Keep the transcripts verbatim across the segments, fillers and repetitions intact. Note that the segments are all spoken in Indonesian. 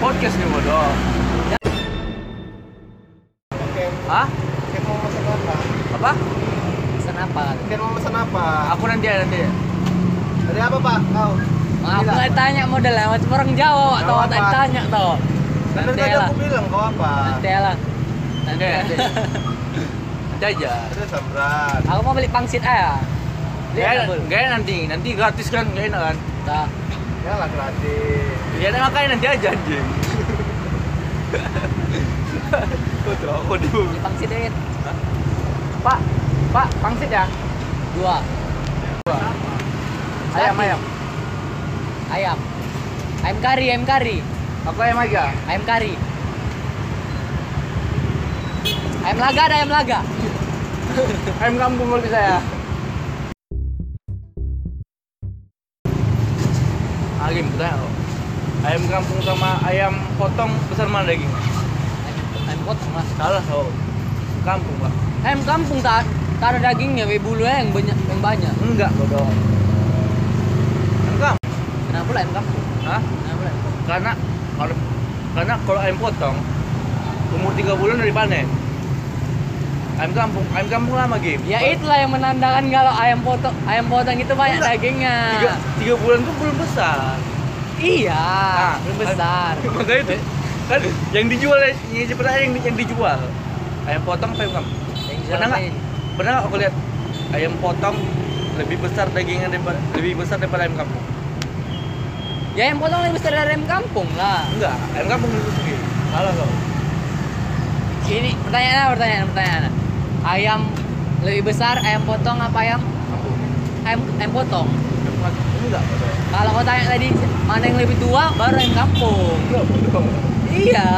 podcast nih bodoh. Oke. Hah? Ken mau pesan apa? Apa? Pesan apa? Ken mau pesan apa? Aku nanti ya nanti ya. Tadi apa Pak? Kau? Maaf Bilang, nggak tanya modelnya, macam orang Jawa, Jawa tau apa? tak tanya tau. Kan Nanti tadi lah, aku bilang kau apa? nanti lah. Nanti nanti. Nanti aja. Itu samrat. Aku mau beli pangsit aja. Beli Gak, apa, Bul? gak nanti, nanti gratis kan, gak enak kan? Dah. Ya lah gratis. Ya makanya nanti aja anjing. Kau tuh aku dulu. Beli pangsit aja. Pak, Pak, pangsit ya? Dua. Ayam Satu. ayam. Ayam. Ayam kari, ayam kari. Aku ayam aja. Ayam kari. Ayam laga ada ayam laga. Ayam kampung kalau bisa ya. Agim, tanya kok. Ayam kampung sama ayam potong besar mana daging? Ayam, ayam potong lah. Salah kau. Kampung pak. Ayam kampung tak tak ada dagingnya, we bulunya yang banyak yang banyak. Enggak bodoh. Enggak. Kenapa pula ayam kampung? Hah? Kenapa pula? Karena kalau karena kalau ayam potong umur tiga bulan dari panen. Ayam kampung, ayam kampung lama game. Ya itulah yang menandakan kalau ayam potong ayam potong itu banyak Enggak. dagingnya. Tiga, tiga bulan tuh belum besar. Iya, Nah, belum besar. Makanya itu kan yang dijual yang sebenarnya yang, yang dijual ayam potong apa ayam kampung? Yang Pernah nggak? jual Pernah nggak aku lihat ayam potong lebih besar dagingnya daripada lebih besar daripada ayam kampung? ya ayam potong lebih besar dari ayam kampung lah. Enggak, ayam kampung itu sendiri. Salah kau. Ini pertanyaan pertanyaan pertanyaan. Ayam lebih besar ayam potong apa ayam Kampung. ayam ayam potong? Ayam kampung enggak bodoh. Kalau kau tanya tadi mana yang lebih tua baru ayam kampung. Enggak bodoh. Iya.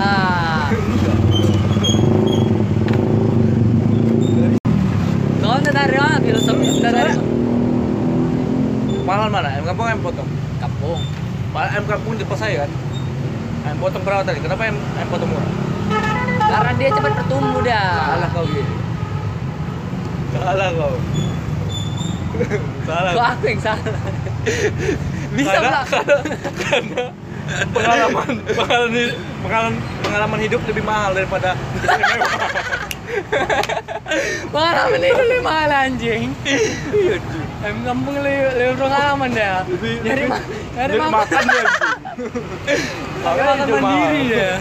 Kau udah dari mana filosofi? Udah dari Mahal mana? Ayam kampung ayam potong? kampung. Mahal ayam kampung di pas saya kan. Ayam potong berapa tadi? Kenapa ayam, ayam potong murah? Karena dia cepat bertumbuh dah. Salah kau gitu. Salah kau. Salah. Kok aku yang salah? Bisa karena, pula. karena, karena pengalaman pengalaman pengalaman pengalaman hidup lebih mahal daripada Pengalaman itu lebih mahal anjing. iya cuy. Ayam kampung lebih, lebih pengalaman dah. Lebih Nyari lebih- ma nyari lebih makan. makan dia. Nyari makan itu mahal. mandiri ya.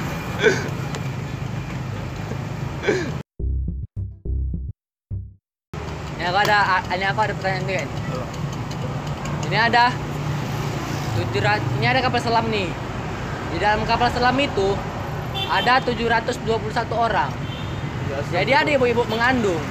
Ini aku ada, ini aku ada pertanyaan tuh kan. Ini ada tujuh ratus, ini ada kapal selam nih. Di dalam kapal selam itu ada tujuh ratus dua puluh satu orang. Jadi ada ibu-ibu mengandung.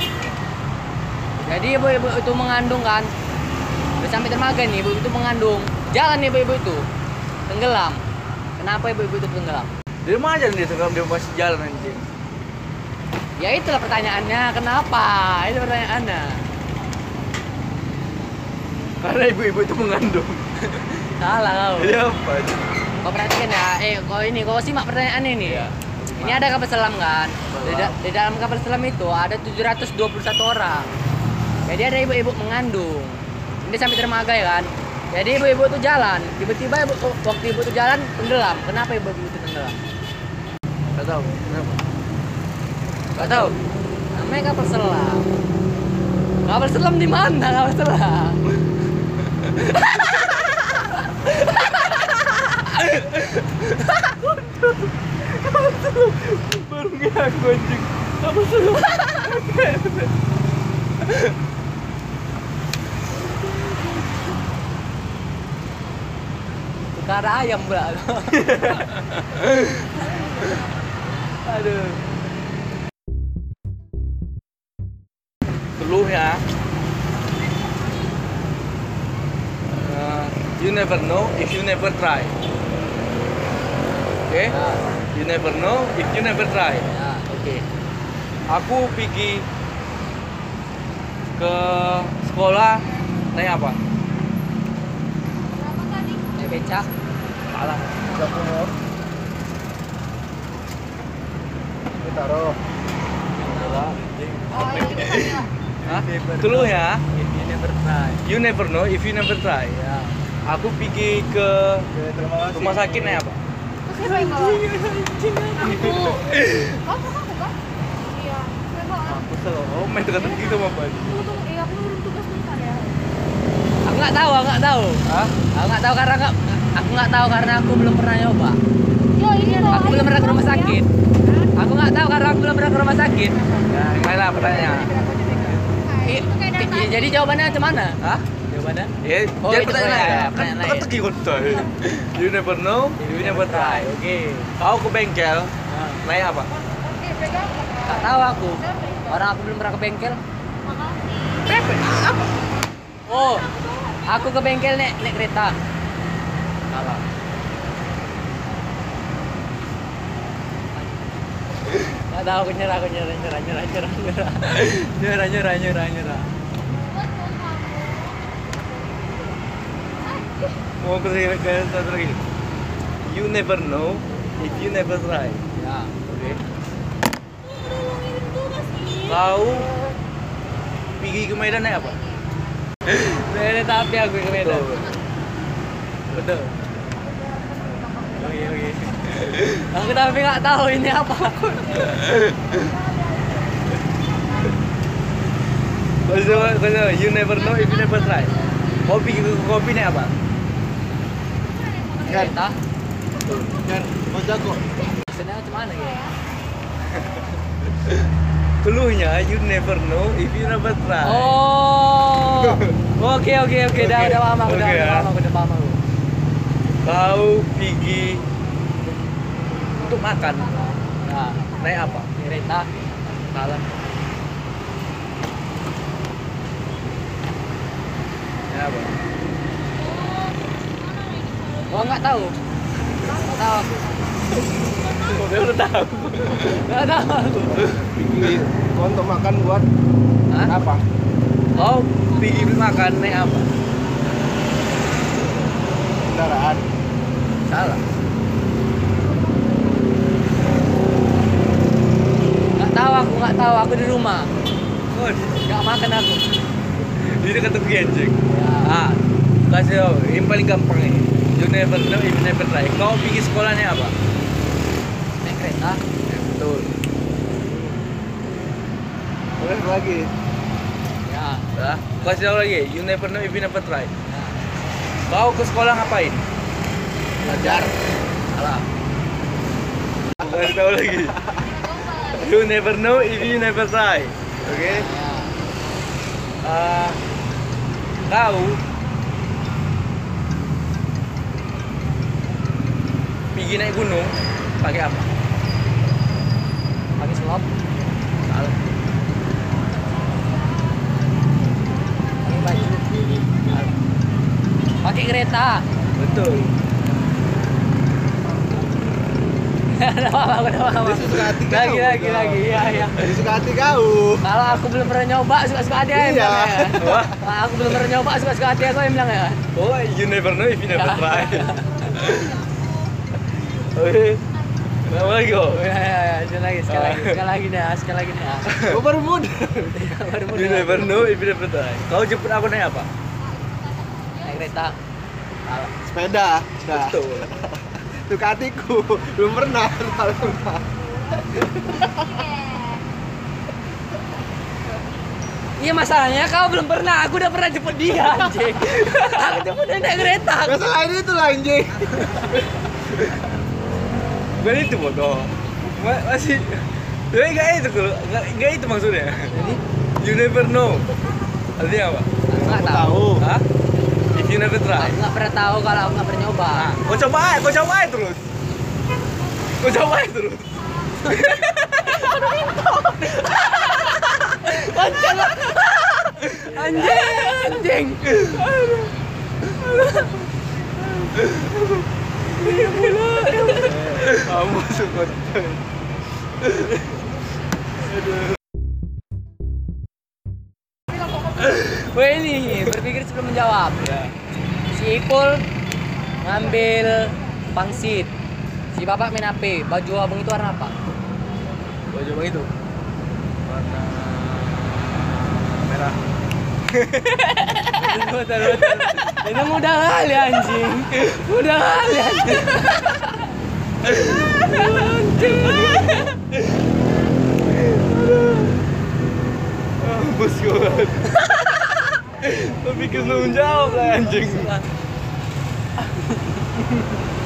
Jadi ibu-ibu itu mengandung kan. Udah sampai dermaga nih, ibu itu mengandung. Jalan nih ibu-ibu itu. Tenggelam. Kenapa ibu-ibu itu tenggelam? Di rumah aja dia sekarang dia masih jalan anjing. Ya itulah pertanyaannya, kenapa? Itu pertanyaannya. Karena ibu-ibu itu mengandung. Salah kau. Jadi apa? Kau perhatikan ya, eh kau ini, kau simak pertanyaan ini. Iya. Ini ada kapal selam kan? Di, Selam. da- di dalam kapal selam itu ada tujuh ratus dua puluh satu orang. Jadi ada ibu-ibu mengandung. Ini sampai dermaga ya kan? Jadi ibu-ibu itu jalan, tiba-tiba ibu, waktu ibu itu jalan tenggelam. Kenapa ibu-ibu itu tenggelam? Gak tahu. Kenapa? Gak tahu. Namanya kapal selam. Kapal selam di mana kapal selam? Baru ngaku anjing. Apa sih? Tukar ayam pula. Aduh. Seluruhnya uh, you never know if you never try. Oke? Okay? Ya, You never know if you never try. ya. Oke. Aku pergi ke sekolah naik apa? Naik becak. Salah. Dapur. Ini taruh. Salah. Oh, iya, Hah? Dulu ya. If you never try. You never know if you never try. Ya. Aku pergi ke Oke, terima kasih. rumah sakit naik apa? Siapa yang bawa? Aku. Kamu aku kan? Iya. Siapa? Aku selalu oh main dekat gitu sama Pak. Tunggu tunggu. Eh aku urus tugas bentar ya. Aku nggak tahu, aku nggak tahu. Hah? Aku nggak tahu karena nggak, aku nggak tahu karena aku belum pernah nyoba. Yo ini loh. Aku belum pernah ke rumah sakit. Aku nggak tahu karena aku belum pernah ke rumah sakit. Nah, yang lain lah pertanyaannya. I- i- jadi jawabannya macam mana? Hah? Jawabannya? Ya, Oh, jadi itu pertanyaan ya, lain. pertanyaan Kan lain. teki kontol. You never know, you never try. Oke. Kau ke bengkel, Nah, naik apa? Eh pegang. nggak tahu aku. Orang aku belum pernah ke bengkel. Makasih. Pepe, apa? Oh, aku ke bengkel naik naik kereta. Salah. Nggak tahu, aku nyerah, aku nyerah, nyerah, nyerah, nyerah, nyerah, nyerah, nyerah, nyerah, nyerah. Mau ke sini ke satu lagi. You never know if you never try. Ya. Oke. Kau pergi ke Medan naik apa? Naik tapi aku ke Medan. Betul. Betul. Oke, oke. Aku tapi nggak tahu ini apa. Kau coba, kau coba. You never know if you never try. Kau pergi ke kopi naik apa? Kereta. Kan, mau jago. Maksudnya macam mana ya? Keluhnya you never know if you never try. Oh. Oke, oke, oke. Udah, Oke. udah paham aku, udah, Oke, udah ya. paham aku, udah paham aku. Kau pergi untuk makan Nah, naik apa? kereta. Salah. Naik apa? Oh, nggak tahu. Nggak tahu aku. Kau baru tahu. Nggak tahu aku. Pergi kau untuk makan buat Hah? apa? Kau pergi makan naik apa? Kendaraan. Salah. Nggak tahu aku, nggak tahu. Aku di rumah. Kau Nggak makan aku. di dekat tepi anjing. Ya. Ah, kasih tau. Yang paling gampang nih. You never know if you never try. Kau pergi sekolahnya apa? Naik kereta. Ya, betul. Boleh lagi. Ya. Lah, kasih tau lagi. You never know if you never try. Ya. Kau ke sekolah ngapain? Belajar. Salah. Kasih tahu lagi. You never know if you never try. Oke? Ya. Ah, kau pergi naik gunung pakai apa? Pakai selop. Salah. Pakai baju. Salah. Pakai kereta. Betul. Udah paham aku, udah paham Dia aku. suka hati kau. Lagi, lagi, lagi. Iya, iya. Dia suka hati kau. Kalau aku belum pernah nyoba, suka-suka hati aja yang Iya. bilang ya. Wah. Kalau aku belum pernah nyoba, suka-suka hati aku yang bilang ya. Oh, you never know if you never try. Oke. Kenapa lagi kok? Ya, ya, ya. Sekali lagi, sekali lagi, sekali lagi dah, sekali lagi dah. Kau baru muda. Baru You mulai. never know if you never try. Kau jemput aku naik apa? Naik kereta. Salah. Sepeda. Dah. Betul. Suka hatiku. Belum pernah. Belum pernah. Iya masalahnya kau belum pernah, aku udah pernah jemput dia anjing. Aku jemput dia naik kereta. Gak selain itu lah anjing. Bukan itu bodoh. Ma- masih. Tapi nggak itu kalau nggak nggak itu maksudnya. Jadi You never know. Artinya apa? aku nggak Aku tahu. tahu. Hah? If you never try. Aku nggak pernah tahu kalau aku nggak pernah nyoba. Nah, kau coba aja, kau coba aja terus. Kau coba aja terus. Anjing. Anjing, anjing. Kamu suka. Wah ini berpikir sebelum menjawab. Ya. Si Ipul ngambil pangsit. Si bapak main H P. Baju abang itu warna apa? Baju bang itu. Warna merah. Betul, betul. Itu mudah kali anjing. Mudah kali anjing. Bos gue. Lo bikin tanggung jawab lah anjing.